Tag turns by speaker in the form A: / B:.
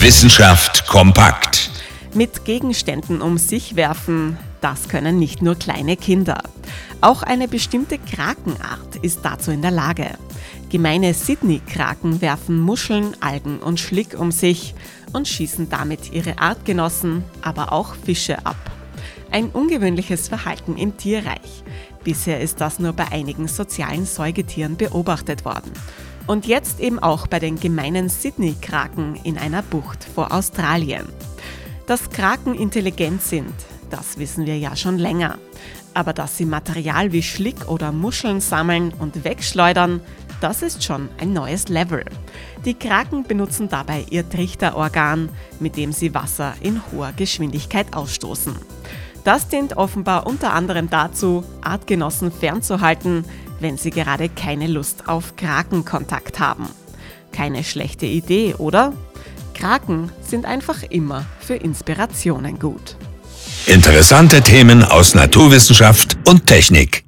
A: Wissenschaft kompakt.
B: Mit Gegenständen um sich werfen, das können nicht nur kleine Kinder. Auch eine bestimmte Krakenart ist dazu in der Lage. Gemeine Sydney-Kraken werfen Muscheln, Algen und Schlick um sich und schießen damit ihre Artgenossen, aber auch Fische ab. Ein ungewöhnliches Verhalten im Tierreich. Bisher ist das nur bei einigen sozialen Säugetieren beobachtet worden. Und jetzt eben auch bei den gemeinen Sydney-Kraken in einer Bucht vor Australien. Dass Kraken intelligent sind, das wissen wir ja schon länger. Aber dass sie Material wie Schlick oder Muscheln sammeln und wegschleudern, das ist schon ein neues Level. Die Kraken benutzen dabei ihr Trichterorgan, mit dem sie Wasser in hoher Geschwindigkeit ausstoßen. Das dient offenbar unter anderem dazu, Artgenossen fernzuhalten, wenn sie gerade keine Lust auf Krakenkontakt haben. Keine schlechte Idee, oder? Kraken sind einfach immer für Inspirationen gut.
A: Interessante Themen aus Naturwissenschaft und Technik.